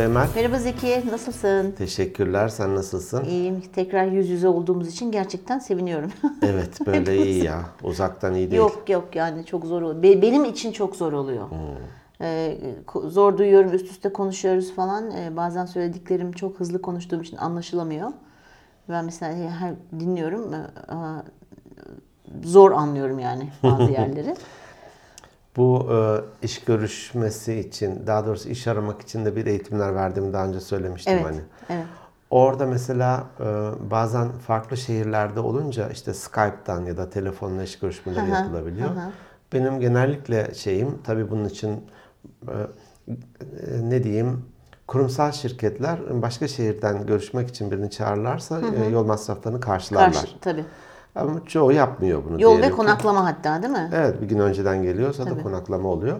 Emel. Merhaba Zeki, nasılsın? Teşekkürler. Sen nasılsın? İyiyim. Tekrar yüz yüze olduğumuz için gerçekten seviniyorum. Evet, böyle iyi ya. Uzaktan iyi değil. Yok yani çok zor oluyor. Benim için çok zor oluyor. Zor duyuyorum, üst üste konuşuyoruz falan. Bazen söylediklerim çok hızlı konuştuğum için anlaşılamıyor. Ben mesela dinliyorum, zor anlıyorum yani bazı yerleri. Bu iş görüşmesi için, daha doğrusu iş aramak için de bir eğitimler verdiğimi daha önce söylemiştim Evet, hani. evet. Orada mesela bazen farklı şehirlerde olunca işte Skype'tan ya da telefonla iş görüşmeleri yapılabiliyor. Benim genellikle tabii bunun için ne diyeyim, kurumsal şirketler başka şehirden görüşmek için birini çağırırlarsa yol masraflarını karşılarlar. Tabii. Ama çoğu yapmıyor bunu. Yol ve konaklama hatta, değil mi? Evet, bir gün önceden geliyorsa da konaklama oluyor.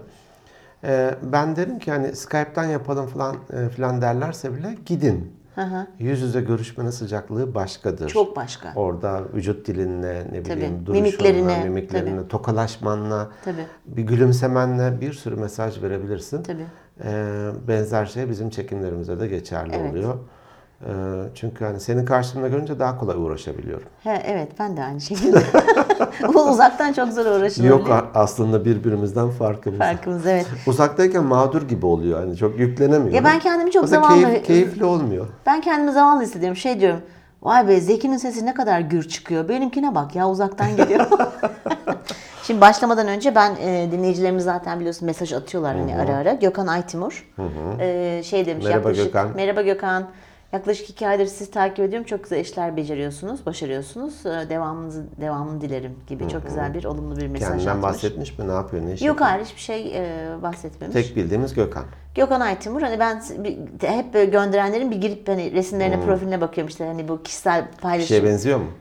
Ben derim ki hani Skype'tan yapalım falan derlerse bile gidin. Yüz yüze görüşmenin sıcaklığı başkadır. Çok başka. Orada vücut dilinle, duruşunla, mimiklerine, tokalaşmanla, bir gülümsemenle bir sürü mesaj verebilirsin. Tabii. Benzer şey bizim çekimlerimize de geçerli oluyor. Çünkü hani senin karşımda görünce daha kolay uğraşabiliyorum. Evet, ben de aynı şekilde. Bu uzaktan çok zor uğraşılıyor. Yok, aslında birbirimizden farkımız. Farkımız, evet. Uzaktayken mağdur gibi oluyor. Hani çok yüklenemiyorum. Ya ben kendimi çok keyifli olmuyor. Ben kendimi zavallı hissediyorum. Diyorum. Vay be, Zeki'nin sesi ne kadar gür çıkıyor. Benimkine bak ya, uzaktan geliyor. Şimdi başlamadan önce ben dinleyicilerimiz zaten biliyorsun mesaj atıyorlar hani ara ara. Gökhan Aytimur demiş. Merhaba Gökhan. Merhaba Gökhan. Yaklaşık 2 aydır sizi takip ediyorum. Çok güzel işler başarıyorsunuz. Devamını dilerim gibi çok güzel bir olumlu bir mesaj atmış. Kendinden bahsetmiş mi? Ne yapıyor? Ne iş Yok, yapıyor? hayır, hiçbir şey bahsetmemiş. Tek bildiğimiz Gökhan. Gökhan Aytimur. Hani ben hep böyle gönderenlerin bir girip hani resimlerine, profiline bakıyorum işte hani bu kişisel paylaşım. Bir şeye benziyor mu?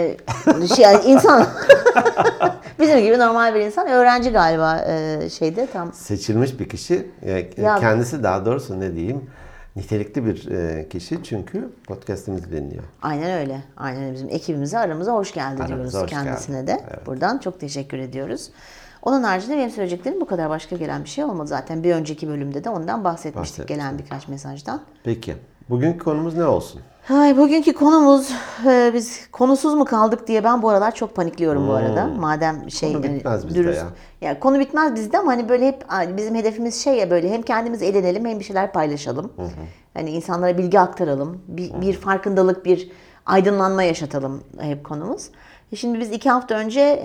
İnsan. Bizim gibi normal bir insan. Öğrenci galiba tam. Seçilmiş bir kişi. Kendisi daha doğrusu ne diyeyim? Nitelikli bir kişi çünkü podcast'imizi dinliyor. Aynen öyle. Aynen bizim ekibimize, aramıza hoş geldi diyoruz kendisine de. Evet. Buradan çok teşekkür ediyoruz. Onun haricinde benim söyleyeceklerim bu kadar, başka gelen bir şey olmadı zaten. Bir önceki bölümde de ondan bahsetmiştik gelen birkaç mesajdan. Peki. Bugünkü konumuz ne olsun? Bugünkü konumuz, biz konusuz mu kaldık diye ben bu aralar çok panikliyorum bu arada. Madem konu bitmez bizde ya. Ya konu bitmez bizde ama hani böyle hep bizim hedefimiz ya böyle hem kendimiz eğlenelim hem bir şeyler paylaşalım. Hani insanlara bilgi aktaralım. Bir farkındalık, bir aydınlanma yaşatalım hep konumuz. Şimdi biz 2 hafta önce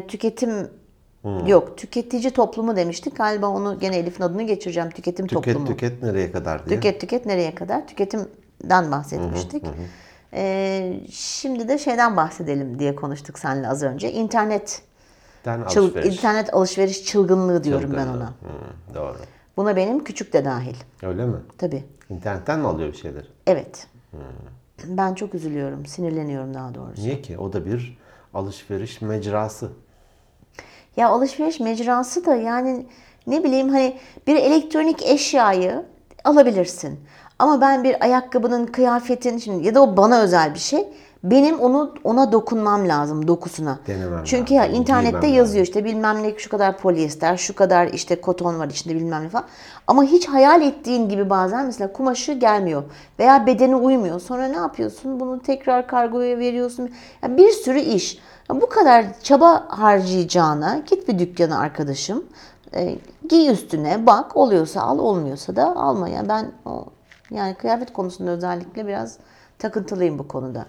tüketici toplumu demiştik. Galiba onu gene Elif'in adını geçireceğim. Toplumu. Tüket nereye kadar diye. Tüket nereye kadar? Tüketimden bahsetmiştik. Şimdi de şeyden bahsedelim diye konuştuk seninle az önce. İnternet alışveriş çılgınlığı diyorum ben ona. Doğru. Buna benim küçük de dahil. Öyle mi? Tabii. İnternetten mi alıyor bir şeyleri? Evet. Ben çok üzülüyorum, sinirleniyorum daha doğrusu. Niye ki? O da bir alışveriş mecrası. Ya alışveriş mecrası da yani ne bileyim hani bir elektronik eşyayı alabilirsin. Ama ben bir ayakkabının, kıyafetin şimdi ya da o bana özel bir şey. Benim ona dokunmam lazım, dokusuna. Denemem çünkü lazım, internette yazıyor işte bilmem ne şu kadar polyester, şu kadar işte koton var içinde bilmem ne falan. Ama hiç hayal ettiğin gibi bazen mesela kumaşı gelmiyor veya bedeni uymuyor. Sonra ne yapıyorsun? Bunu tekrar kargoya veriyorsun. Yani bir sürü iş. Bu kadar çaba harcayacağına git bir dükkana arkadaşım. Giy üstüne, bak, oluyorsa al, olmuyorsa da alma. Yani kıyafet konusunda özellikle biraz takıntılıyım bu konuda.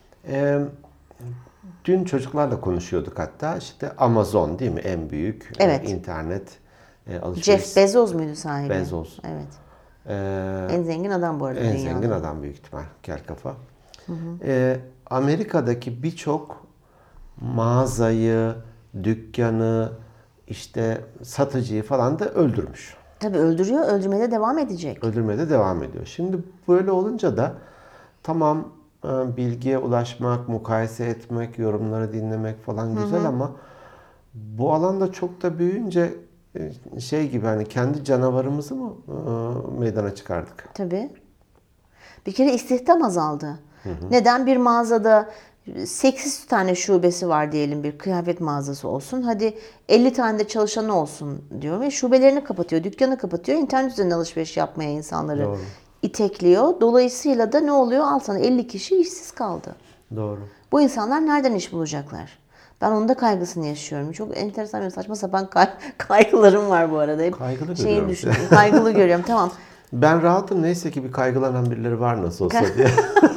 Dün çocuklarla konuşuyorduk hatta. İşte Amazon değil mi? En büyük internet alışveriş. Jeff Bezos muydu sahibi? Bezos. Evet. En zengin adam bu arada en dünyada. En zengin adam büyük ihtimal. Kel kafa. Amerika'daki birçok mağazayı, dükkanı, işte satıcıyı falan da öldürmüş. Tabii öldürüyor, öldürmeye de devam edecek. Öldürmeye de devam ediyor. Şimdi böyle olunca da tamam, bilgiye ulaşmak, mukayese etmek, yorumları dinlemek falan güzel ama bu alanda çok da büyüyünce gibi hani kendi canavarımızı mı meydana çıkardık? Tabii. Bir kere istihdam azaldı. Neden? Bir mağazada 8 tane şubesi var diyelim, bir kıyafet mağazası olsun. Hadi 50 tane de çalışanı olsun diyor ve şubelerini kapatıyor, dükkanı kapatıyor. İnternet üzerinden alışveriş yapmaya insanları itekliyor. Dolayısıyla da ne oluyor? Al sana 50 kişi işsiz kaldı. Doğru. Bu insanlar nereden iş bulacaklar? Ben onun da kaygısını yaşıyorum. Çok enteresan ve saçma sapan kaygılarım var bu arada. Hep Kaygılı şeyi görüyorum. düşünüyorum. Kaygılı görüyorum. Tamam. Ben rahatım, neyse ki bir kaygılanan birileri var nasıl olsa diye.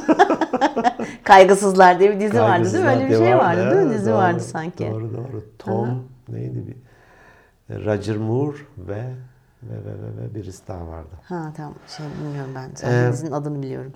Kaygısızlar diye bir dizi vardı değil mi? Öyle bir Kaygısızlar şey diye vardı değil mi? ya. Dizi Doğru, vardı sanki. Doğru. Tom neydi bir? Roger Moore ve birisi daha vardı. Ha tamam. Bilmiyorum ben. Sadece dizinin adını biliyorum.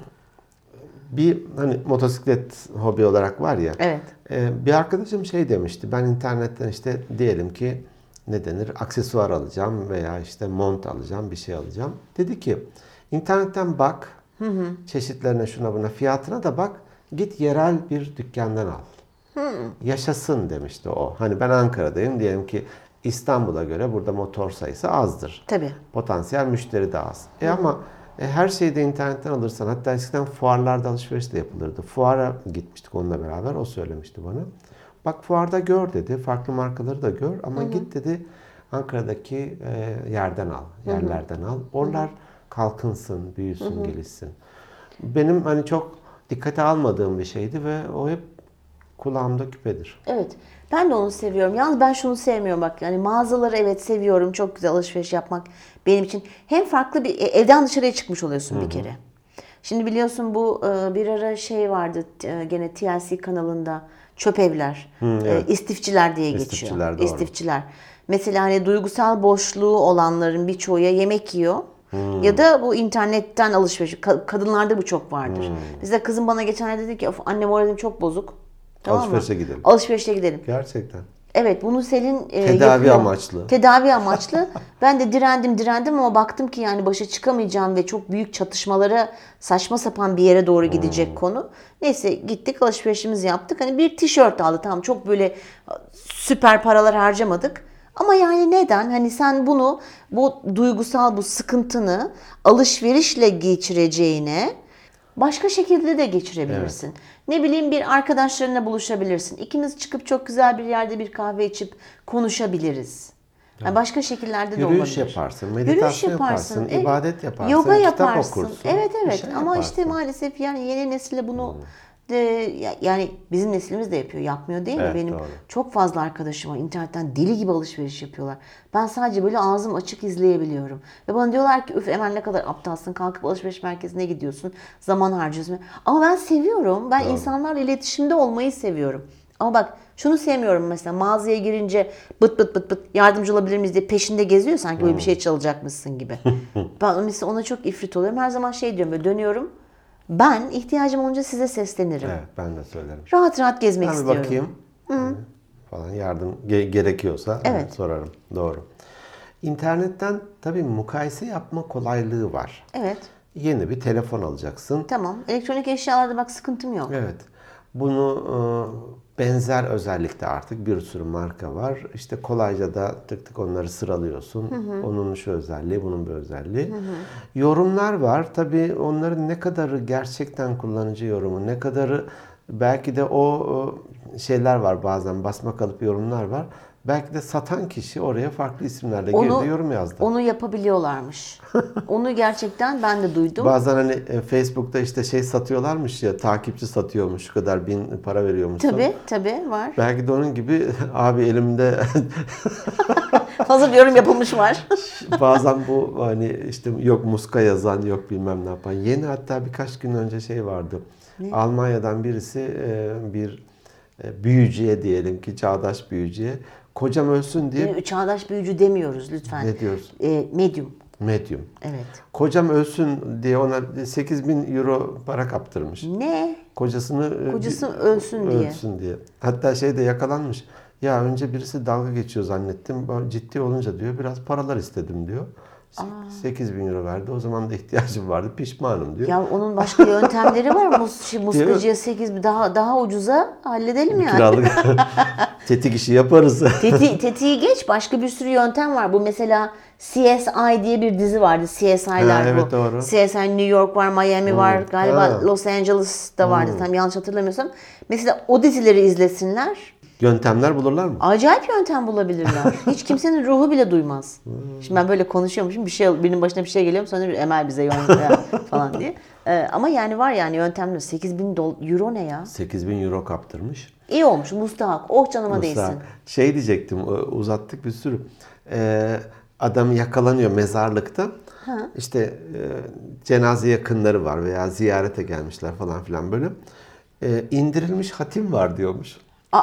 Bir hani motosiklet hobi olarak var ya. Evet. Bir arkadaşım şey demişti. Ben internetten işte diyelim ki ne denir? Aksesuar alacağım veya işte mont alacağım, bir şey alacağım. Dedi ki internetten bak. Çeşitlerine şuna buna fiyatına da bak. Git yerel bir dükkandan al. Yaşasın demişti o. Hani ben Ankara'dayım diyelim ki İstanbul'a göre burada motor sayısı azdır. Tabii. Potansiyel müşteri de az. Ama her şeyi de internetten alırsan, hatta eskiden fuarlarda alışveriş de yapılırdı. Fuara gitmiştik onunla beraber, o söylemişti bana. Bak fuarda gör dedi, farklı markaları da gör ama git dedi Ankara'daki yerden al, yerlerden al. Oralar kalkınsın, büyüsün, gelişsin. Benim hani çok dikkate almadığım bir şeydi ve o hep kulağımda küpedir. Evet. Ben de onu seviyorum. Yalnız ben şunu sevmiyorum bak. Yani mağazaları evet seviyorum. Çok güzel alışveriş yapmak benim için. Hem farklı bir evden dışarıya çıkmış oluyorsun bir kere. Şimdi biliyorsun bu bir ara şey vardı gene TLC kanalında çöp evler, Evet. istifçiler diye İstifçiler, geçiyor. doğru. İstifçiler. Mesela hani duygusal boşluğu olanların birçoğu ya yemek yiyor ya da bu internetten alışveriş. Kadınlarda bu çok vardır. Mesela kızım bana geçenlerde dedi ki of anne moralim çok bozuk. Tamam mı? Alışverişe gidelim. Alışverişe gidelim. Gerçekten. Evet bunu Selin Tedavi yapıyor. amaçlı. Tedavi amaçlı. Ben de direndim ama baktım ki yani başa çıkamayacağım ve çok büyük çatışmalara saçma sapan bir yere doğru gidecek konu. Neyse gittik alışverişimizi yaptık. Hani bir tişört aldı tamam çok böyle süper paralar harcamadık. Ama yani neden? Hani sen bunu bu duygusal bu sıkıntını alışverişle geçireceğine başka şekilde de geçirebilirsin. Ne bileyim bir arkadaşlarına buluşabilirsin. İkiniz çıkıp çok güzel bir yerde bir kahve içip konuşabiliriz. Yani başka şekillerde de olabilir. Yürüyüş yaparsın, meditasyon yaparsın, ibadet yaparsın, yoga kitap yaparsın. okursun. Evet bir evet şey ama yaparsın. işte maalesef yani yeni nesile bunu yani bizim neslimiz de yapıyor. Yapmıyor değil mi? Evet, Benim doğru. çok fazla arkadaşım var. İnternetten deli gibi alışveriş yapıyorlar. Ben sadece böyle ağzım açık izleyebiliyorum. Ve bana diyorlar ki üf Emel ne kadar aptalsın. Kalkıp alışveriş merkezine gidiyorsun. Zaman harcıyorsun. Ama ben seviyorum. Ben insanlarla iletişimde olmayı seviyorum. Ama bak şunu sevmiyorum mesela mağazaya girince bıt bıt yardımcı olabilir miyiz diye peşinde geziyor sanki böyle bir şey çalacakmışsın gibi. Ben mesela ona çok ifrit oluyorum. Her zaman şey diyorum böyle dönüyorum. Ben ihtiyacım olunca size seslenirim. Evet, ben de söylerim. Rahat rahat gezmek Ben bir istiyorum. bakayım. Hani falan yardım gerekiyorsa Evet. sorarım. Doğru. İnternetten tabii mukayese yapma kolaylığı var. Evet. Yeni bir telefon alacaksın. Tamam. Elektronik eşyalarda bak sıkıntım yok. Evet. Bunu benzer özellikle artık bir sürü marka var. İşte kolayca da tık tık onları sıralıyorsun. Onun şu özelliği, bunun bu özelliği. Yorumlar var. Tabii onların ne kadarı gerçekten kullanıcı yorumu, ne kadarı belki de o şeyler var bazen basmakalıp yorumlar var. Belki de satan kişi oraya farklı isimlerle girdi, yorum yazdı. Onu yapabiliyorlarmış. Onu gerçekten ben de duydum. Bazen hani Facebook'ta işte şey satıyorlarmış ya, takipçi satıyormuş, şu kadar 1000 para veriyormuşsun. Tabii var. Belki de onun gibi abi elimde Hazır yorum yapılmış var. bazen bu hani işte yok muska yazan, yok bilmem ne yapan. Yeni hatta birkaç gün önce şey vardı. Almanya'dan birisi bir büyücüye diyelim ki çağdaş büyücüye kocam ölsün diye Çağdaş büyücü demiyoruz lütfen. ne diyoruz? Medyum. Medyum. Evet. Kocam ölsün diye ona 8.000 euro para kaptırmış. Ne? Kocası ölsün diye. Ölsün diye. Hatta şey de yakalanmış. Ya önce birisi dalga geçiyor zannettim. Ciddi olunca diyor biraz paralar istedim diyor. 8.000 euro verdi. O zaman da ihtiyacım vardı. Pişmanım diyor. Ya onun başka yöntemleri var. Muskacıya 8 daha ucuza halledelim yani. Kiralık tetik işi yaparız. Tetiği geç. Başka bir sürü yöntem var. Bu mesela CSI diye bir dizi vardı. CSI'lar bu. Evet, doğru. CSI New York var, Miami var. Galiba Los Angeles'ta vardı. Tam yanlış hatırlamıyorsam. Mesela o dizileri izlesinler. Yöntemler bulurlar mı? Acayip yöntem bulabilirler. Hiç kimsenin ruhu bile duymaz. Şimdi ben böyle konuşuyormuşum. Birinin başına bir şey geliyor sonra Emel bize yön falan diye. Ama yani var yani yöntemler. 8.000 euro ne ya? 8.000 euro kaptırmış. İyi olmuş. Mustahak. Oh canıma Mesela değsin. şey diyecektim, uzattık bir sürü. Adam yakalanıyor mezarlıkta. İşte cenaze yakınları var veya ziyarete gelmişler falan filan böyle. İndirilmiş hatim var diyormuş.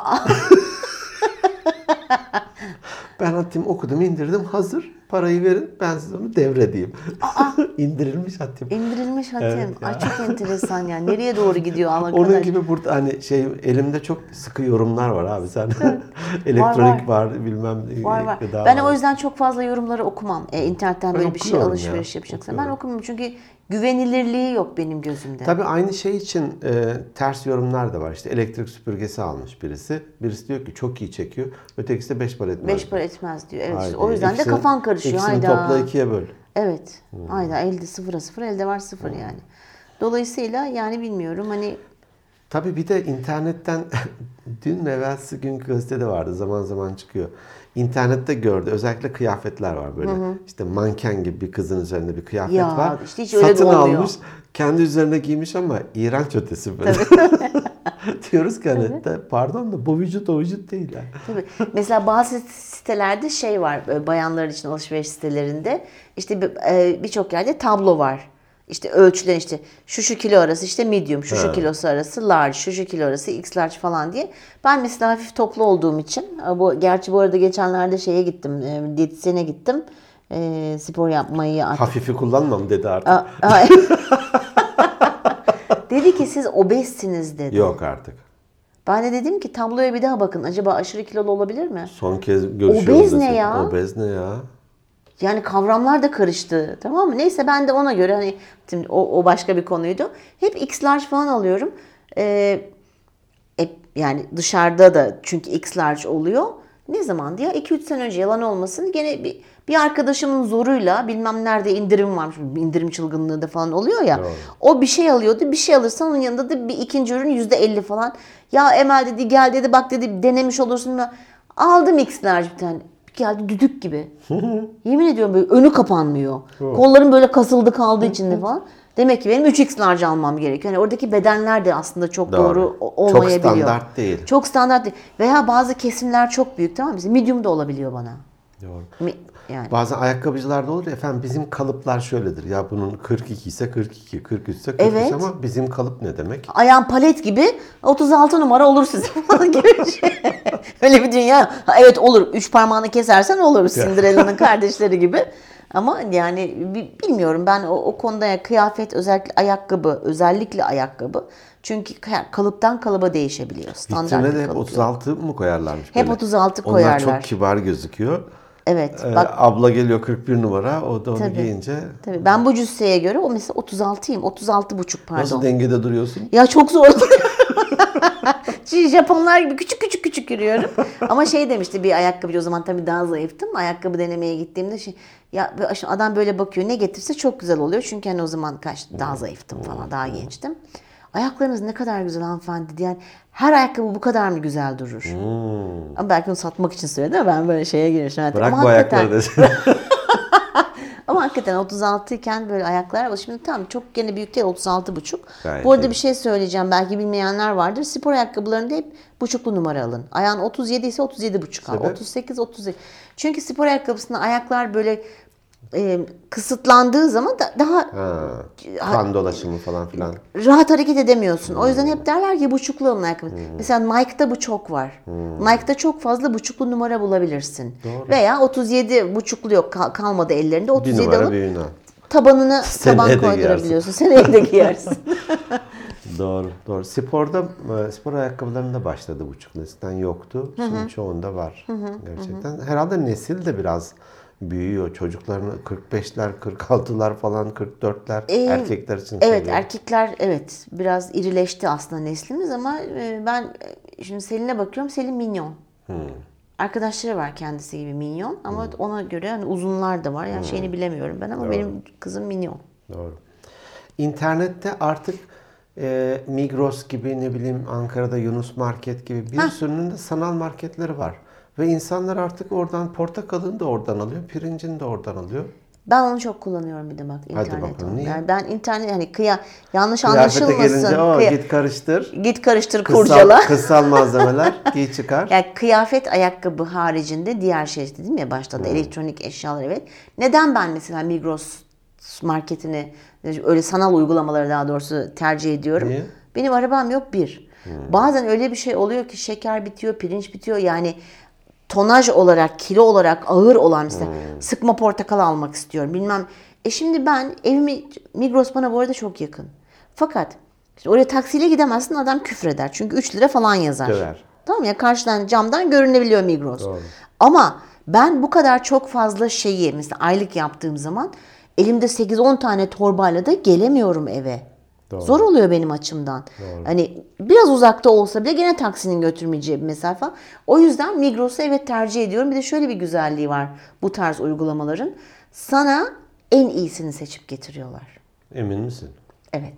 Ben hatim okudum, indirdim, hazır. Parayı verin, ben size onu devredeyim. İndirilmiş hatim. İndirilmiş hatim. Evet Ay çok enteresan yani. Nereye doğru gidiyor Allah Onun kadar. gibi burada hani elimde çok sıkı yorumlar var abi sen. Elektronik var bilmem Var. gıda Ben var. o yüzden çok fazla yorumları okumam. İnternetten Ben böyle bir şey okuyorum alışveriş ya, yapacaksam. okuyorum. Ben okumuyorum çünkü güvenilirliği yok benim gözümde. Tabii aynı şey için ters yorumlar da var. İşte elektrik süpürgesi almış birisi. Birisi diyor ki çok iyi çekiyor. Ötekisi de 5 para etmez. 5 para etmez diyor. Evet. Haydi. O yüzden de kafan karışıyor. İkisini Hayda. topla 2'ye böl. Evet. Hayda elde sıfıra sıfır, elde var sıfır yani. Dolayısıyla yani bilmiyorum hani Tabii bir de internetten dün evvelsi gün gazetede vardı, zaman zaman çıkıyor. İnternette gördü. Özellikle kıyafetler var böyle. İşte manken gibi bir kızın üzerinde bir kıyafet Ya, var. işte hiç öyle Satın de olmuyor. almış, kendi üzerine giymiş ama iğrenç ötesi böyle. Diyoruz ki hani pardon da bu vücut o vücut değil yani. tabii. Mesela bazı sitelerde şey var bayanlar için alışveriş sitelerinde işte birçok yerde tablo var. İşte ölçüler işte şu kilo arası işte medium, şu kilosu arası large, şu kilo arası x large falan diye. Ben mesela hafif toplu olduğum için gerçi bu arada geçenlerde şeye gittim, diyetisyene gittim. Spor yapmayı artık. Hafifi kullanmam dedi artık. Dedi ki siz obezsiniz dedi. Yok artık. Ben de dedim ki tabloya bir daha bakın. Acaba aşırı kilolu olabilir mi? Son kez görüşüyoruz. Obez ne desek. ya? Obez ne ya? Yani kavramlar da karıştı. Tamam mı? Neyse ben de ona göre hani şimdi o başka bir konuydu. Hep X large falan alıyorum. Yani dışarıda da çünkü X large oluyor. Ne zaman diye 2-3 sene önce yalan olmasın gene bir arkadaşımın zoruyla bilmem nerede indirim varmış. İndirim çılgınlığı da falan oluyor ya. Doğru. O bir şey alıyordu. Bir şey alırsan onun yanında da bir ikinci ürün %50 falan. Ya Emel dedi gel dedi bak dedi denemiş olursun. Aldım X large bir tane. Geldi düdük gibi. Yemin ediyorum böyle önü kapanmıyor. Kollarım böyle kasıldı kaldı içinde falan. Demek ki benim 3x large almam gerekiyor. Yani oradaki bedenler de aslında çok doğru olmayabiliyor. Çok standart değil. Çok standart değil. Veya bazı kesimler çok büyük tamam mı? Mesela medium da olabiliyor bana. Doğru. Yani. Bazen ayakkabıcılarda olur ya efendim bizim kalıplar şöyledir. Ya bunun 42 ise 42, 43 ise 43 Evet. ama bizim kalıp ne demek? Ayağın palet gibi 36 numara olur size falan gibi bir şey. Öyle bir dünya. Ha, evet olur. 3 parmağını kesersen olur. Cinderella'nın kardeşleri gibi. Ama yani bilmiyorum ben o konuda ya, kıyafet özellikle ayakkabı. Çünkü kalıptan kalıba değişebiliyor. Standart Vitrine bir de hep kalıp yok. 36 mı koyarlarmış Hep böyle? 36 Onlar koyarlar. çok kibar gözüküyor. Evet. Bak Abla geliyor 41 numara o da onu Tabii. giyince tabii ben bu cüsseye göre o mesela 36'yım. 36,5 pardon. nasıl dengede duruyorsun? Ya çok zor. Japonlar gibi küçük yürüyorum. Ama şey demişti bir ayakkabıcı o zaman tabii daha zayıftım. Ayakkabı denemeye gittiğimde ya adam böyle bakıyor ne getirse çok güzel oluyor. Çünkü hani o zaman daha zayıftım falan daha gençtim. Ayaklarınız ne kadar güzel hanımefendi dedi. Yani her ayakkabı bu kadar mı güzel durur? Ama belki onu satmak için söyledi ama ben böyle şeye girmişim. Bırak Ama bu hakikaten- ayakları desin. Ama hakikaten 36 iken böyle ayaklar var. Şimdi tamam çok gene büyük değil 36,5. Gayet Bu arada iyi. bir şey söyleyeceğim. Belki bilmeyenler vardır. Spor ayakkabılarında hep buçuklu numara alın. Ayağın 37 ise 37,5 al. Sebep? 38, 37. Çünkü spor ayakkabısında ayaklar böyle kısıtlandığı zaman daha Kan dolaşımı falan filan. rahat hareket edemiyorsun. O yüzden hep derler ki buçuklu alın ayakkabı. Mesela Nike'da bu çok var. Nike'da çok fazla buçuklu numara bulabilirsin. Doğru. Veya 37 buçuklu yok kalmadı ellerinde. Bir 37 numara alıp büyüğünü al. taban Seneye de koydurabiliyorsun. Seneye de giyersin. Doğru. Spor ayakkabılarında başladı buçuk. Eskiden yoktu. Şimdi çoğunda var. Gerçekten. Herhalde nesil de biraz büyüyor. Çocukların 45'ler, 46'lar falan, 44'ler erkekler için Evet söylüyorum. erkekler evet biraz irileşti aslında neslimiz ama ben şimdi Selin'e bakıyorum. Selin minyon. Arkadaşları var kendisi gibi minyon ama ona göre hani uzunlar da var. Yani şeyini bilemiyorum ben ama benim kızım minyon. Doğru. İnternette artık Migros gibi, ne bileyim Ankara'da Yunus Market gibi bir sürünün de sanal marketleri var. Ve insanlar artık oradan portakalını da oradan alıyor, pirincini de oradan alıyor. Ben onu çok kullanıyorum bir de bak Hadi internet bakalım, o. niye? Yani ben internet hani yanlış Kıyafete anlaşılmasın. gelince git karıştır. Git karıştır kurcala. Kıssal malzemeler giy çıkar. Yani kıyafet, ayakkabı haricinde diğer şey dedim ya başta da elektronik eşyalar evet. Neden ben mesela Migros marketini öyle sanal uygulamaları daha doğrusu tercih ediyorum? Niye? Benim arabam yok bir. Bazen öyle bir şey oluyor ki şeker bitiyor, pirinç bitiyor. Yani tonaj olarak, kilo olarak ağır olan mesela sıkma portakal almak istiyorum bilmem. Şimdi ben evimi Migros bana bu arada çok yakın. Fakat işte oraya taksiyle gidemezsin adam küfreder. Çünkü 3 lira falan yazar. Döver. Tamam ya karşıdan camdan görünebiliyor Migros. Doğru. Ama ben bu kadar çok fazla şeyi mesela aylık yaptığım zaman elimde 8-10 tane torbayla da gelemiyorum eve. Doğru. Zor oluyor benim açımdan. Hani biraz uzakta olsa bile gene taksinin götürmeyeceği bir mesafe. O yüzden Migros'u evet tercih ediyorum. Bir de şöyle bir güzelliği var bu tarz uygulamaların. Sana en iyisini seçip getiriyorlar. Emin misin? Evet.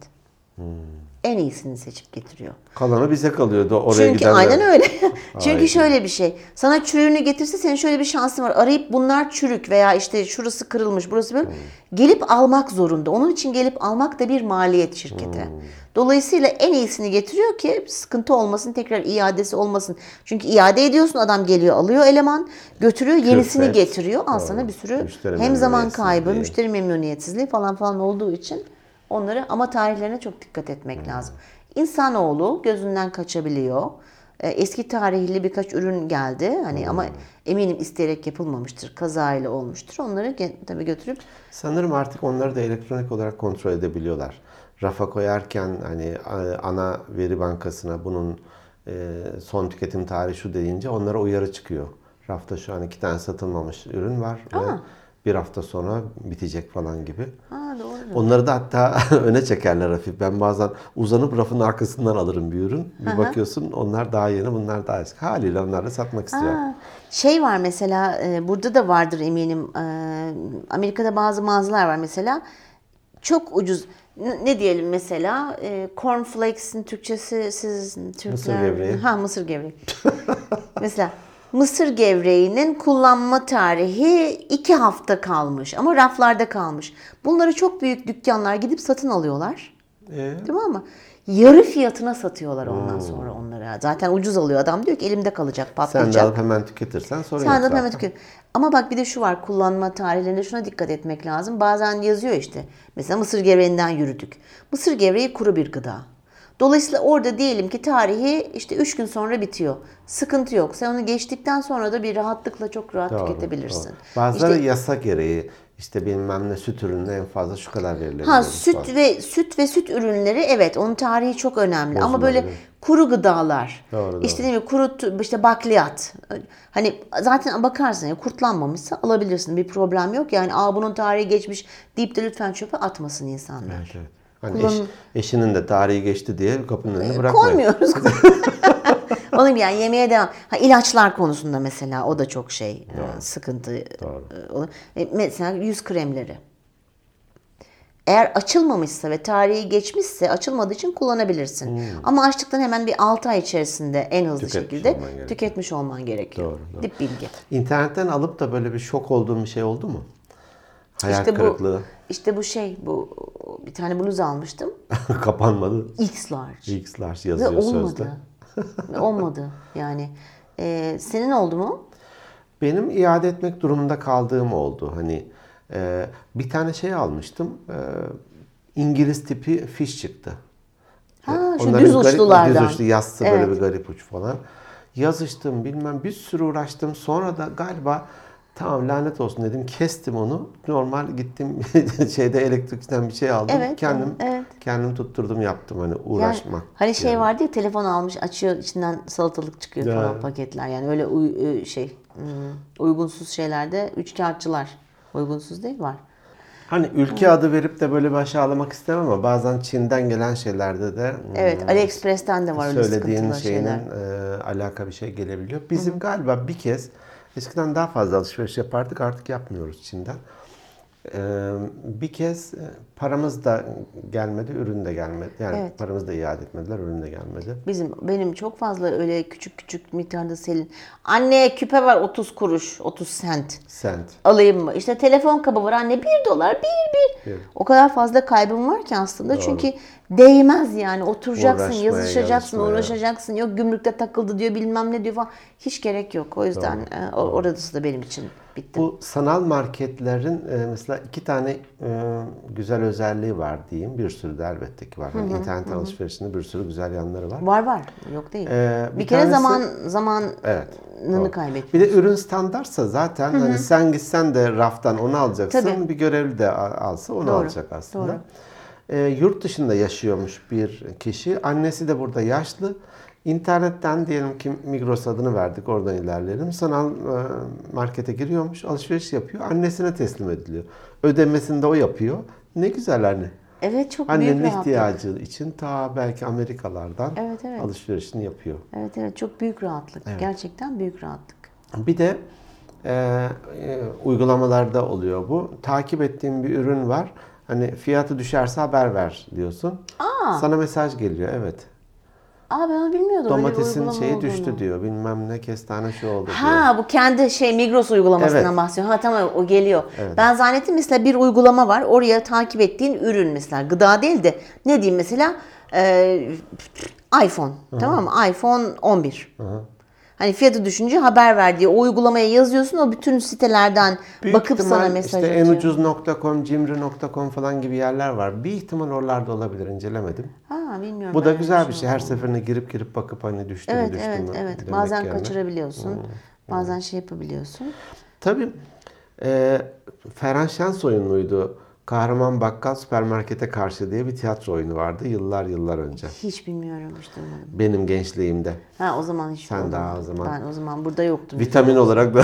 En iyisini seçip getiriyor. Kalanı bize kalıyordu oraya Çünkü gidenler. aynen öyle. Çünkü Aynen. şöyle bir şey. Sana çürüğünü getirse senin şöyle bir şansın var. Arayıp bunlar çürük veya işte şurası kırılmış, burası böyle. Gelip almak zorunda. Onun için gelip almak da bir maliyet şirkete. Dolayısıyla en iyisini getiriyor ki sıkıntı olmasın, tekrar iadesi olmasın. Çünkü iade ediyorsun, adam geliyor, alıyor eleman, götürüyor, yenisini Külfet. getiriyor. Al Doğru. sana bir sürü Müşteri hem zaman memnuniyetsizliği. kaybı, müşteri memnuniyetsizliği falan olduğu için onları ama tarihlerine çok dikkat etmek lazım. İnsanoğlu gözünden kaçabiliyor. Eski tarihli birkaç ürün geldi. Hani ama eminim isteyerek yapılmamıştır. Kazayla olmuştur. Onları tabii götürüp Sanırım artık onları da elektronik olarak kontrol edebiliyorlar. Rafa koyarken hani ana veri bankasına bunun son tüketim tarihi şu deyince onlara uyarı çıkıyor. Rafta şu an 2 tane satılmamış ürün var ve bir hafta sonra bitecek falan gibi. doğru. Onları da hatta öne çekerler hafif. Ben bazen uzanıp rafın arkasından alırım bir ürün. Bir bakıyorsun onlar daha yeni, bunlar daha eski. Haliyle onları da satmak istiyor. Şey var mesela burada da vardır eminim. Amerika'da bazı mağazalar var mesela. Çok ucuz. Ne diyelim mesela cornflakes'in Türkçesi siz Türkler. Mısır gevreği. Mısır gevreği. Mesela mısır gevreğinin kullanma tarihi 2 hafta kalmış ama raflarda kalmış. Bunları çok büyük dükkanlar gidip satın alıyorlar. Değil mi ama yarı fiyatına satıyorlar ondan sonra onlara. Zaten ucuz alıyor adam diyor ki elimde kalacak, Sen patlayacak. de alıp hemen tüketirsen sorun yok Sen de zaten. hemen tükür. Ama bak bir de şu var kullanma tarihlerinde şuna dikkat etmek lazım. Bazen yazıyor işte. Mesela mısır gevreğinden yürüdük. Mısır gevreği kuru bir gıda. Dolayısıyla orada diyelim ki tarihi işte 3 gün sonra bitiyor. Sıkıntı yok. Sen onu geçtikten sonra da bir rahatlıkla çok rahat tüketebilirsin. Doğru. Bazıları İşte, yasa gereği işte bilmem ne süt ürününe en fazla şu kadar verilebilir. süt ve süt ürünleri evet onun tarihi çok önemli ama böyle Bozulabilir. kuru gıdalar. Doğru. İşte değil mi işte bakliyat. Hani zaten bakarsın ya kurtlanmamışsa alabilirsin. Bir problem yok. Yani bunun tarihi geçmiş deyip de lütfen çöpe atmasın insanlar. Evet. Hani eşinin de tarihi geçti diye kapının önüne bırakmayın. Koymuyoruz. Onun yani yemeğe devam. İlaçlar konusunda mesela o da çok sıkıntı. Olur. Mesela yüz kremleri. Eğer açılmamışsa ve tarihi geçmişse açılmadığı için kullanabilirsin. Ama açtıktan hemen bir 6 ay içerisinde en hızlı şekilde tüketmiş olman gerekiyor. Doğru. Dip bilgi. İnternetten alıp da böyle bir şok olduğun bir şey oldu mu? Hayal kırıklığı. Bu bir tane bluz almıştım. Kapanmadı. X large. X large Ve yazıyor olmadı. sözde. Ve olmadı yani. Senin oldu mu? Benim iade etmek durumunda kaldığım oldu. Hani bir tane şey almıştım. İngiliz tipi fiş çıktı. Şu Onların düz uçlulardan. Düz uçlu yassı böyle bir garip uç falan. Yazıştım bilmem bir sürü uğraştım. Sonra da galiba tamam lanet olsun dedim. Kestim onu. Normal gittim elektrikten bir şey aldım. Evet, Kendim tutturdum yaptım hani uğraşmak. Yani, hani şey vardı ya telefon almış açıyor içinden salatalık çıkıyor falan paketler. Yani öyle uygunsuz şeylerde üçkağıtçılar. Uygunsuz değil var. Hani ülke adı verip de böyle bir aşağılamak istemem ama bazen Çin'den gelen şeylerde de evet AliExpress'ten de var öyle söylediğin sıkıntılı şeyler. alaka bir şey gelebiliyor. Bizim galiba bir kez eskiden daha fazla alışveriş yapardık artık yapmıyoruz Çin'den. Bir kez paramız da gelmedi, ürün de gelmedi. Yani Evet. paramızı da iade etmediler, ürün de gelmedi. Benim çok fazla öyle küçük küçük miktarda Selin. Anne küpe var 30 kuruş, 30 sent. Sent. Alayım mı? İşte telefon kabı var anne 1 dolar, bir. O kadar fazla kaybım var ki aslında. Çünkü değmez yani. Oturacaksın, Uğraşmaya, yazışacaksın, yazışmaya. uğraşacaksın. Yok gümrükte takıldı diyor, bilmem ne diyor falan. Hiç gerek yok. O yüzden orası da benim için bitti. Bu sanal marketlerin mesela 2 tane güzel özelliği var diyeyim. Bir sürü de elbette ki var. Yani internet alışverişinde bir sürü güzel yanları var. Var. Yok değil. Bir Bir kere tanesi- zamanını Evet. doğru. kaybetmiyorsun. Bir de ürün standartsa zaten hani sen gitsen de raftan onu alacaksın. Tabii. Bir görevli de alsa onu Doğru, alacak aslında. Yurt dışında yaşıyormuş bir kişi. Annesi de burada yaşlı. İnternetten diyelim ki Migros adını verdik, oradan ilerleyelim. Sanal markete giriyormuş, alışveriş yapıyor. Annesine teslim ediliyor. Ödemesini de o yapıyor. Ne güzel hani. Evet çok büyük Annenin rahatlık. ihtiyacı için ta belki Amerikalardan Evet. alışverişini yapıyor. Evet çok büyük rahatlık. Gerçekten büyük rahatlık. Bir de uygulamalarda oluyor bu. Takip ettiğin bir ürün var. Hani fiyatı düşerse haber ver diyorsun. Sana mesaj geliyor, evet. Ben onu bilmiyordum. Öyle bir Domatesin uygulama şeyi olduğunu. düştü diyor. Bilmem ne kestane şu oldu diyor. Ha bu kendi Migros uygulamasından Evet. bahsediyor. Ha tamam o geliyor. Ben zannettim mesela bir uygulama var. Oraya takip ettiğin ürün mesela gıda değil de ne diyeyim mesela iPhone. Tamam mı? iPhone 11. Hani fiyatı düşünce haber ver diye o uygulamaya yazıyorsun. O bütün sitelerden Büyük bakıp ihtimal sana mesaj işte atıyor. enucuz.com, cimri.com falan gibi yerler var. Bir ihtimal oralarda olabilir. İncelemedim. Bilmiyorum. Bu da ben güzel öyle bir şey. Her seferinde girip bakıp hani düştü mü düştü mü Evet. demek Bazen yerine. kaçırabiliyorsun. Bazen şey yapabiliyorsun. Tabii Ferhan Şensoy'un muydu? Kahraman Bakkal Süpermarkete Karşı diye bir tiyatro oyunu vardı yıllar önce. Hiç bilmiyorum hiç duymadım. Benim gençliğimde. O zaman hiç Sen olmadı. daha o zaman. Ben o zaman burada yoktum. Vitamin olarak da.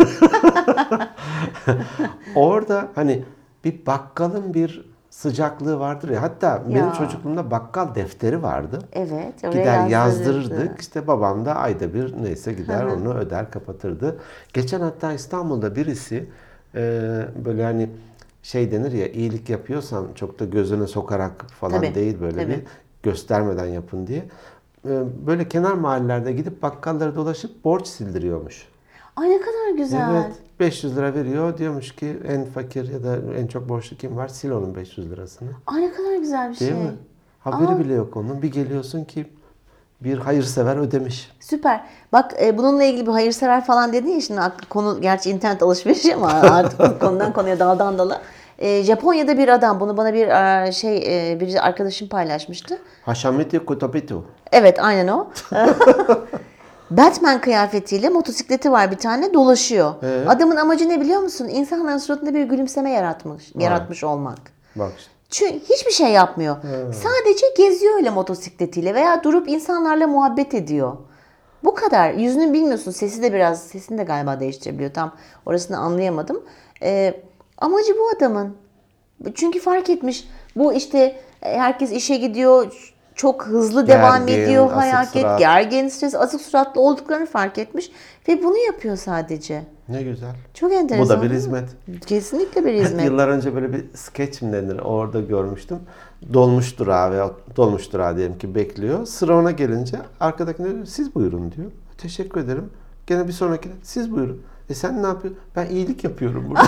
Orada hani bir bakkalın bir sıcaklığı vardır ya. Hatta benim çocukluğumda bakkal defteri vardı. Evet. Oraya Gider yazdırırdı. yazdırırdık. İşte babam da ayda bir neyse gider onu öder kapatırdı. Geçen hatta İstanbul'da birisi böyle hani şey denir ya, iyilik yapıyorsan çok da gözüne sokarak falan Tabii, değil, böyle tabii. bir göstermeden yapın diye. Böyle kenar mahallelerde gidip bakkallara dolaşıp borç sildiriyormuş. Ay ne kadar güzel. Evet, 500 lira veriyor. Diyormuş ki en fakir ya da en çok borçlu kim var? Sil onun 500 lirasını. Ay ne kadar güzel bir Değil şey. mi? Haberi bile yok onun. Bir geliyorsun ki bir hayırsever ödemiş. Süper. Bak bununla ilgili bir hayırsever falan dedin ya şimdi konu gerçi internet alışverişi ama artık konudan konuya daldan dala. Japonya'da bir adam bunu bana bir arkadaşım paylaşmıştı. Hashamiti Kutopito. Evet aynen o. Batman kıyafetiyle motosikleti var bir tane dolaşıyor. Adamın amacı ne biliyor musun? İnsanların suratında bir gülümseme yaratmış olmak. Bak işte. Çünkü hiçbir şey yapmıyor. Sadece geziyor öyle motosikletiyle veya durup insanlarla muhabbet ediyor. Bu kadar. Yüzünü bilmiyorsun. Sesini de galiba değiştirebiliyor. Tam orasını anlayamadım. Amacı bu adamın. Çünkü fark etmiş. Bu işte herkes işe gidiyor. Çok hızlı devam Gergin, ediyor asık hayat. surat. Gergin, stres, asık suratlı olduklarını fark etmiş. Ve bunu yapıyor sadece. Ne güzel. Çok enteresan. Bu da bir değil mi? hizmet. Kesinlikle bir hizmet. Yıllar önce böyle bir skeç mi denir? Orada görmüştüm. Dolmuş durağı veya dolmuş durağı diyelim ki bekliyor. Sıra ona gelince arkadakine diyor siz buyurun diyor. Teşekkür ederim. Gene bir sonrakine siz buyurun. Sen ne yapıyorsun? Ben iyilik yapıyorum burada.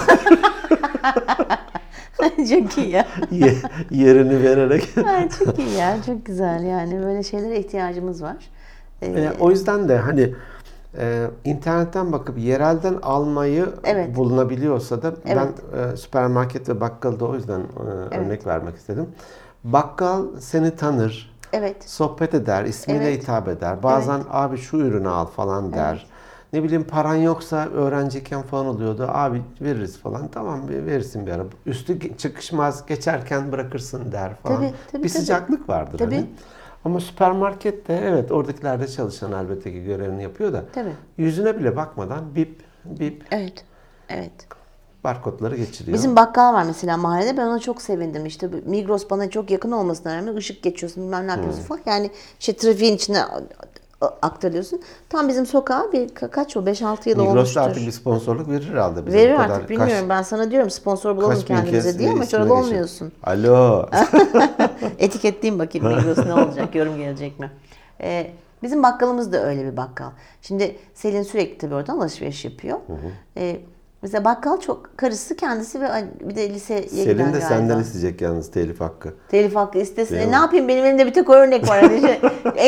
Çok iyi ya. Yerini vererek. Ay, çok iyi ya. Çok güzel yani. Böyle şeylere ihtiyacımız var. O yüzden de hani internetten bakıp yerelden almayı Evet. bulunabiliyorsa da Evet. ben süpermarket ve bakkalda o yüzden örnek vermek istedim. Bakkal seni tanır, Evet. sohbet eder, ismiyle Evet. hitap eder. Bazen abi şu ürünü al falan der. Ne bileyim paran yoksa öğrenciyken falan oluyordu. Abi veririz falan. Tamam verirsin bir ara. Üstü çıkışmaz, geçerken bırakırsın der falan. Tabii, bir tabii. sıcaklık vardır Tabii. hani. Ama süpermarkette evet oradakiler de çalışan elbette ki görevini yapıyor da Tabii. yüzüne bile bakmadan bip bip Evet. Evet. barkodları geçiriyor. Bizim bakkal var mesela mahallede. Ben ona çok sevindim. İşte bu Migros bana çok yakın olmasına rağmen ışık geçiyorsun bilmem ne yapıyorsun falan. Yani işte trafiğin içinde aktarıyorsun. Tam bizim sokağa kaç o 5-6 yıl Migros'ta olmuştur. artık bir sponsorluk verir herhalde bize. Verir Bu kadar artık bilmiyorum. Ben sana diyorum sponsor bulalım kaç bin kendimize kez diye ama hiç ismine orada geçiyor. olmuyorsun. Alo. Etiketleyeyim bakayım Migros ne olacak, yorum gelecek mi? Bizim bakkalımız da öyle bir bakkal. Şimdi Selin sürekli tabii oradan alışveriş yapıyor. Mesela bakkal çok karısı kendisi ve bir de liseye giden Selin de galiba. senden isteyecek yalnız telif hakkı. Telif hakkı istesin. Değil mi? Ne yapayım benim elimde bir tek o örnek var. Hani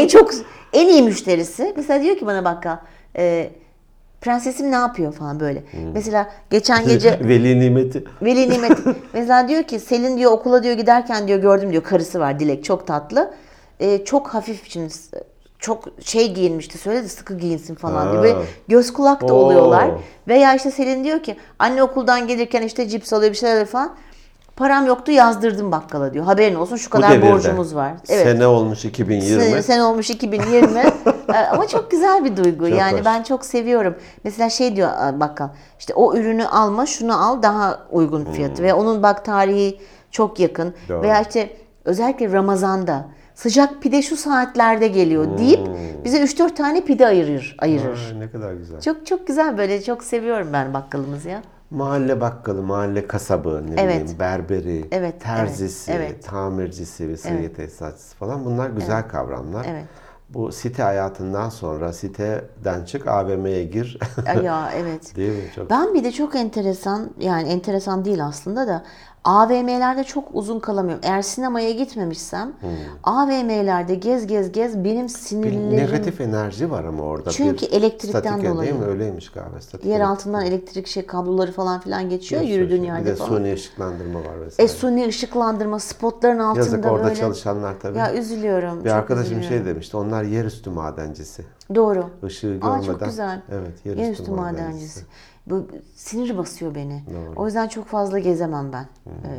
en iyi müşterisi. Mesela diyor ki bana bakkal prensesim ne yapıyor falan böyle. Mesela geçen gece Veli nimeti. Veli Nimet mesela diyor ki Selin diyor okula diyor giderken diyor gördüm diyor karısı var Dilek çok tatlı. Çok hafif şimdi çok şey giyinmişti söyledi sıkı giyinsin falan diyor. Böyle göz kulak da oluyorlar. Veya işte Selin diyor ki anne okuldan gelirken işte cips alıyor bir şeyler alıyor falan. Param yoktu yazdırdım bakkala diyor. Haberin olsun şu kadar devirde. borcumuz var. Evet. Sene olmuş 2020. Sene olmuş 2020. Ama çok güzel bir duygu. Çok yani hoş. ben çok seviyorum. Mesela şey diyor bakkal. İşte o ürünü alma, şunu al daha uygun fiyatı ve onun bak tarihi çok yakın. Doğru. Veya işte özellikle Ramazan'da sıcak pide şu saatlerde geliyor deyip bize 3-4 tane pide ayırır. Aa, ne kadar güzel. Çok çok güzel böyle çok seviyorum ben bakkalımızı ya. Mahalle bakkalı, mahalle kasabı, ne Evet. bileyim, berberi, Evet, terzisi, evet. tamircisi ve sıhhiye tesisatçısı falan bunlar güzel kavramlar. Evet. Bu site hayatından sonra siteden çık AVM'ye gir. Ya evet. Değil mi? Çok. Ben bir de çok enteresan yani enteresan değil aslında da AVM'lerde çok uzun kalamıyorum. Eğer sinemaya gitmemişsem AVM'lerde gez benim Bir sinirlerim negatif enerji var ama orada. Çünkü bir elektrikten statik, dolayı. değil mi? Öyleymiş galiba. Statik yer elektrik. altından elektrik kabloları falan filan geçiyor yürüdüğün Bir yerde de falan. suni ışıklandırma var vesaire. Suni ışıklandırma spotların altında Yazık orada böyle. çalışanlar tabii. Ya üzülüyorum. Bir çok arkadaşım üzülüyorum. şey demişti. Onlar yerüstü madencisi. Doğru. Işığı görmeden. Çok güzel. Evet, Yerüstü madencisi. Bu sinir basıyor beni. Doğru. O yüzden çok fazla gezemem ben.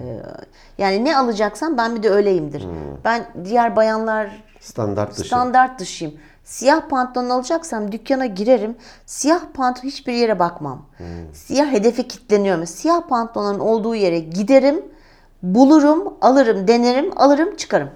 Yani ne alacaksam ben bir de öyleyimdir. Ben diğer bayanlar Standart dışı. standart dışıyım. Siyah pantolon alacaksam dükkana girerim. Siyah pantolon hiçbir yere bakmam. Siyah hedefe kilitleniyorum. Siyah pantolonun olduğu yere giderim. Bulurum, alırım, denerim, alırım, çıkarım.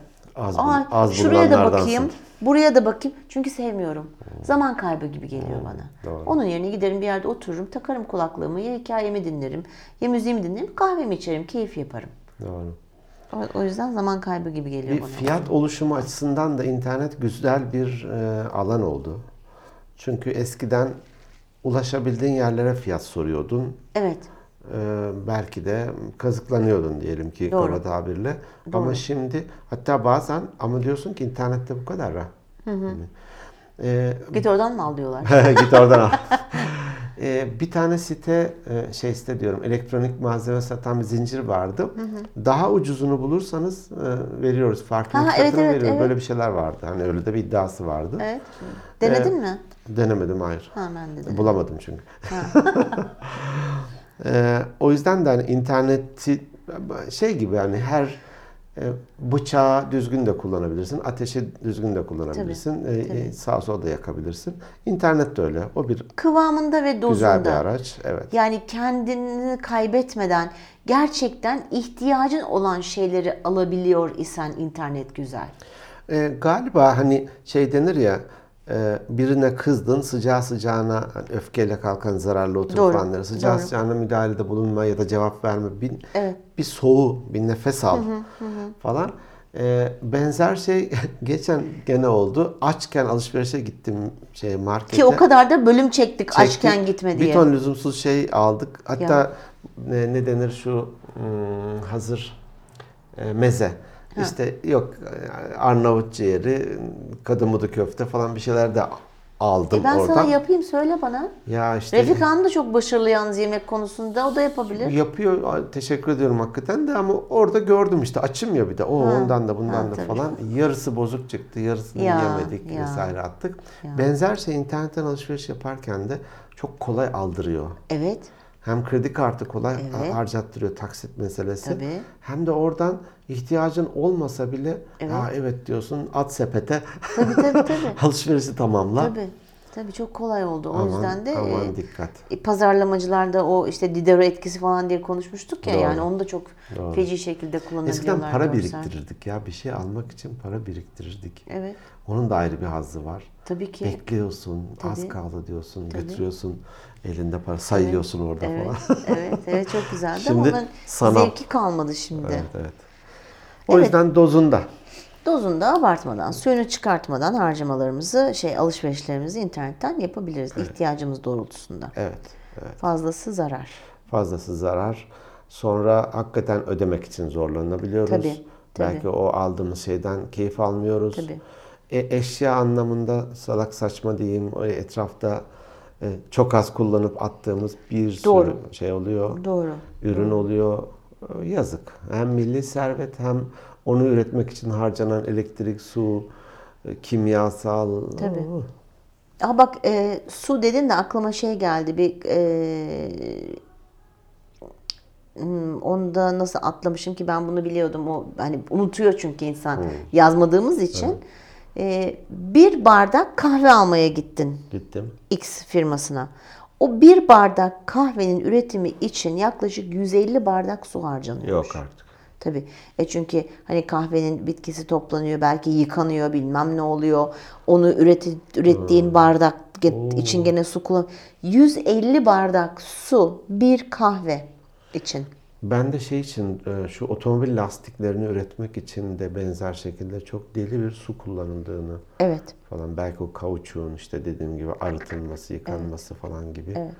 Az şuraya da bululanlardansın. bakayım, buraya da bakayım. Çünkü sevmiyorum. Zaman kaybı gibi geliyor bana. Doğru. Onun yerine giderim bir yerde otururum, takarım kulaklığımı, ya hikayemi dinlerim, ya müziğimi dinlerim, kahvemi içerim, keyif yaparım. Doğru. O yüzden zaman kaybı gibi geliyor Bir bana. fiyat oluşumu açısından da internet güzel bir alan oldu. Çünkü eskiden ulaşabildiğin yerlere fiyat soruyordun. Evet. Belki de kazıklanıyordun diyelim ki Doğru. kaba tabirle. Doğru. Ama şimdi hatta bazen ama diyorsun ki internette bu kadar ha. Git oradan mı al diyorlar? Git oradan al. Bir tane site diyorum elektronik malzeme satan bir zincir vardı. Daha ucuzunu bulursanız veriyoruz. Farklı Ha, fiyatını evet, evet, veriyoruz. evet. Böyle bir şeyler vardı. Hani öyle de bir iddiası vardı. Evet. Denedin mi? Denemedim hayır. Ha ben de denedim. Bulamadım çünkü. O yüzden de hani interneti şey gibi hani her bıçağı düzgün de kullanabilirsin, ateşi düzgün de kullanabilirsin, tabii. sağ sol da yakabilirsin. İnternet de öyle. O bir Kıvamında ve dozunda. güzel bir araç. Evet. Yani kendini kaybetmeden gerçekten ihtiyacın olan şeyleri alabiliyor isen internet güzel. Galiba hani şey denir ya birine kızdın sıcağı sıcağına hani öfkeyle kalkan zararlı otur Doğru, falan der. Sıcağı doğru. sıcağına müdahalede bulunma ya da cevap verme. Evet. Bir soğu, bir nefes al falan. Benzer şey geçen gene oldu. Açken alışverişe gittim markete. Ki o kadar da bölüm çektik açken gitme diye. Bir ton lüzumsuz şey aldık. Hatta ne denir şu hazır meze. İşte yok Arnavut ciğeri, kadımıdı köfte falan bir şeyler de aldım Ben oradan. sana yapayım söyle bana. Ya işte Refik Hanım da çok başarılı yalnız yemek konusunda. O da yapabilir. yapıyor. Teşekkür ediyorum hakikaten de ama orada gördüm işte açım ya bir de. Ondan da bundan da tabii. falan. Yarısı bozuk çıktı. Yarısını yemedik vesaire attık. Benzer şey internetten alışveriş yaparken de çok kolay aldırıyor. Evet. Hem kredi kartı kolay Evet. harcattırıyor taksit meselesi. Tabii. Hem de oradan ihtiyacın olmasa bile evet diyorsun at sepete Tabii. alışverişi tamamla. Tabii. Tabii çok kolay oldu. O yüzden de aman dikkat. Pazarlamacılarda o işte Diderot etkisi falan diye konuşmuştuk ya, Doğru. yani onu da çok feci şekilde kullanabiliyorlar. Eskiden para görsel. biriktirirdik ya. Bir şey almak için para biriktirirdik. Evet. Onun da ayrı bir hazzı var. Tabii ki. Bekliyorsun, az Tabii. kaldı diyorsun, Tabii. götürüyorsun, elinde para sayıyorsun orada Evet, falan. evet çok güzeldi Şimdi ama onların sanal. zevki kalmadı şimdi. Evet. O yüzden dozunda. Dozunda abartmadan, suyunu çıkartmadan harcamalarımızı, alışverişlerimizi internetten yapabiliriz ihtiyacımız doğrultusunda. Evet. Fazlası zarar. Fazlası zarar. Sonra hakikaten ödemek için zorlanabiliyoruz. Tabii. Belki o aldığımız şeyden keyif almıyoruz. Tabii. Eşya anlamında salak saçma diyeyim, o etrafta çok az kullanıp attığımız bir Doğru. sürü şey oluyor. Doğru. Ürün oluyor. Yazık. Hem milli servet hem onu üretmek için harcanan elektrik, su, kimyasal. Tabii. Bak su dedin de aklıma geldi. Onu da nasıl atlamışım ki, ben bunu biliyordum. O hani unutuyor çünkü insan yazmadığımız için. Bir bardak kahve almaya gittin. Gittim. X firmasına. O bir bardak kahvenin üretimi için yaklaşık 150 bardak su harcanıyor. Yok artık. Tabii. Çünkü hani kahvenin bitkisi toplanıyor, belki yıkanıyor, bilmem ne oluyor. Onu ürettiğin bardak için gene su kullan. 150 bardak su bir kahve için. Ben de için şu otomobil lastiklerini üretmek için de benzer şekilde çok deli bir su kullanıldığını Evet. falan. Belki o kauçuğun işte dediğim gibi arıtılması, yıkanması falan gibi. Evet.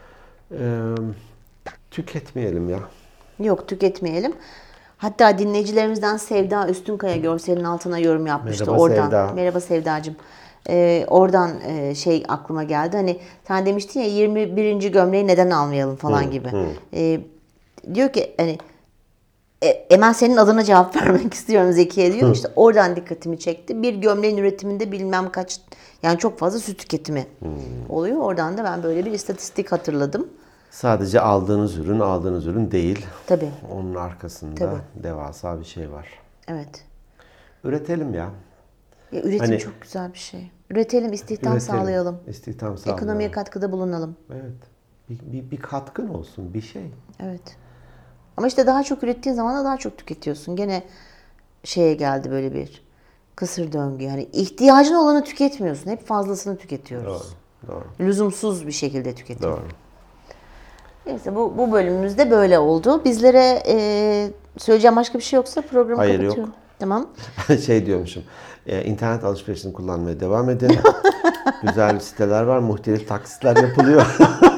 Tüketmeyelim ya. Yok, tüketmeyelim. Hatta dinleyicilerimizden Sevda Üstünkaya görselin altına yorum yapmıştı. Merhaba oradan. Sevda. Merhaba Sevdacığım. Oradan aklıma geldi. Hani sen demiştin ya 21. gömleği neden almayalım falan gibi. Diyor ki hani Emel senin adına cevap vermek istiyorum Zekiye diyor. İşte oradan dikkatimi çekti. Bir gömleğin üretiminde bilmem kaç, yani çok fazla su tüketimi oluyor. Oradan da ben böyle bir istatistik hatırladım. Sadece aldığınız ürün değil. Tabii. Onun arkasında devasa bir şey var. Evet. Üretelim ya. Üretim çok güzel bir şey. Üretelim, istihdam sağlayalım. İstihdam sağlayalım. Ekonomiye katkıda bulunalım. Evet. Bir katkın olsun, bir şey. Evet. Ama işte daha çok ürettiğin zaman da daha çok tüketiyorsun. Gene geldi böyle bir kısır döngü. Yani ihtiyacın olanı tüketmiyorsun. Hep fazlasını tüketiyoruz. Doğru. Lüzumsuz bir şekilde tüketiyoruz. Doğru. Neyse bu bölümümüzde böyle oldu. Bizlere söyleyeceğim başka bir şey yoksa programı kapatıyorum. Yok. Tamam. Diyormuşum. İnternet alışverişini kullanmaya devam edin. Güzel siteler var. Muhtelif taksitler yapılıyor.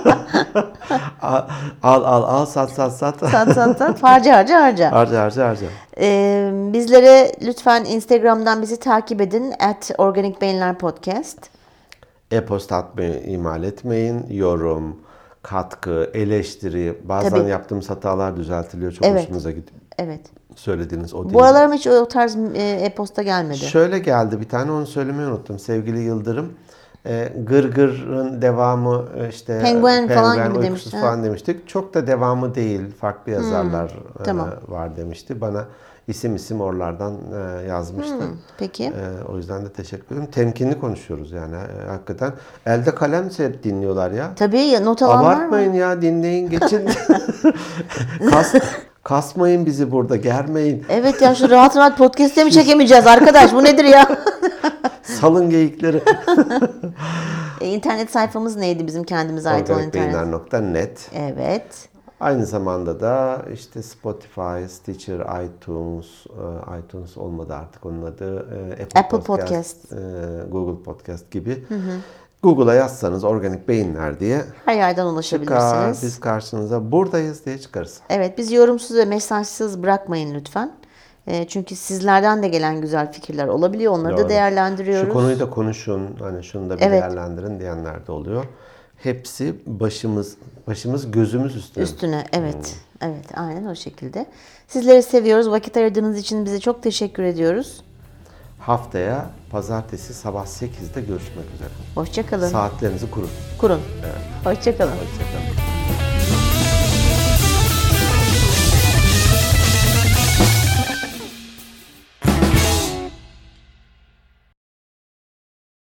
al sat. Sat. Harca. Harca. Bizlere lütfen Instagram'dan bizi takip edin. @organikbeyinlerpodcast. E-posta atmayı ihmal etmeyin. Yorum, katkı, eleştiri. Bazen yaptığımız hatalar düzeltiliyor. Çok hoşumuza gidiyor. Evet. Söylediğiniz o değil. Bu aralar hiç o tarz e-posta gelmedi. Şöyle geldi bir tane, onu söylemeyi unuttum. Sevgili Yıldırım. Gırgır'ın devamı işte Penguen falan gibi uykusuz demişti, falan demiştik. Çok da devamı değil. Farklı yazarlar var demişti. Bana isim oralardan yazmıştı. Peki. O yüzden de teşekkür ederim. Temkinli konuşuyoruz yani. Hakikaten elde kalemse dinliyorlar ya. Tabii ya, not alanlar var. Abartmayın ya, dinleyin geçin. Kasmayın bizi burada, germeyin. Evet ya, şu rahat podcast'te mi çekemeyeceğiz arkadaş? Bu nedir ya? Salın geyikleri. İnternet sayfamız neydi bizim kendimize ait olan internet? Organikbeyinler.net. Evet. Aynı zamanda da işte Spotify, Stitcher, iTunes olmadı artık onun adı. Apple Podcast. Google Podcast gibi. Google'a yazsanız Organik Beyinler diye her yerden ulaşabilirsiniz. biz karşınıza buradayız diye çıkarız. Evet, biz yorumsuz ve mesajsız bırakmayın lütfen. Çünkü sizlerden de gelen güzel fikirler olabiliyor. Onları da değerlendiriyoruz. Şu konuyu da konuşun, hani şunu da bir değerlendirin diyenler de oluyor. Hepsi başımız gözümüz üstüne. Üstüne, evet. Evet, aynen o şekilde. Sizleri seviyoruz. Vakit ayırdığınız için bize çok teşekkür ediyoruz. Haftaya pazartesi sabah 8'de görüşmek üzere. Hoşça kalın. Saatlerinizi kurun. Kurun. Evet. Hoşça kalın. Hoşça kalın.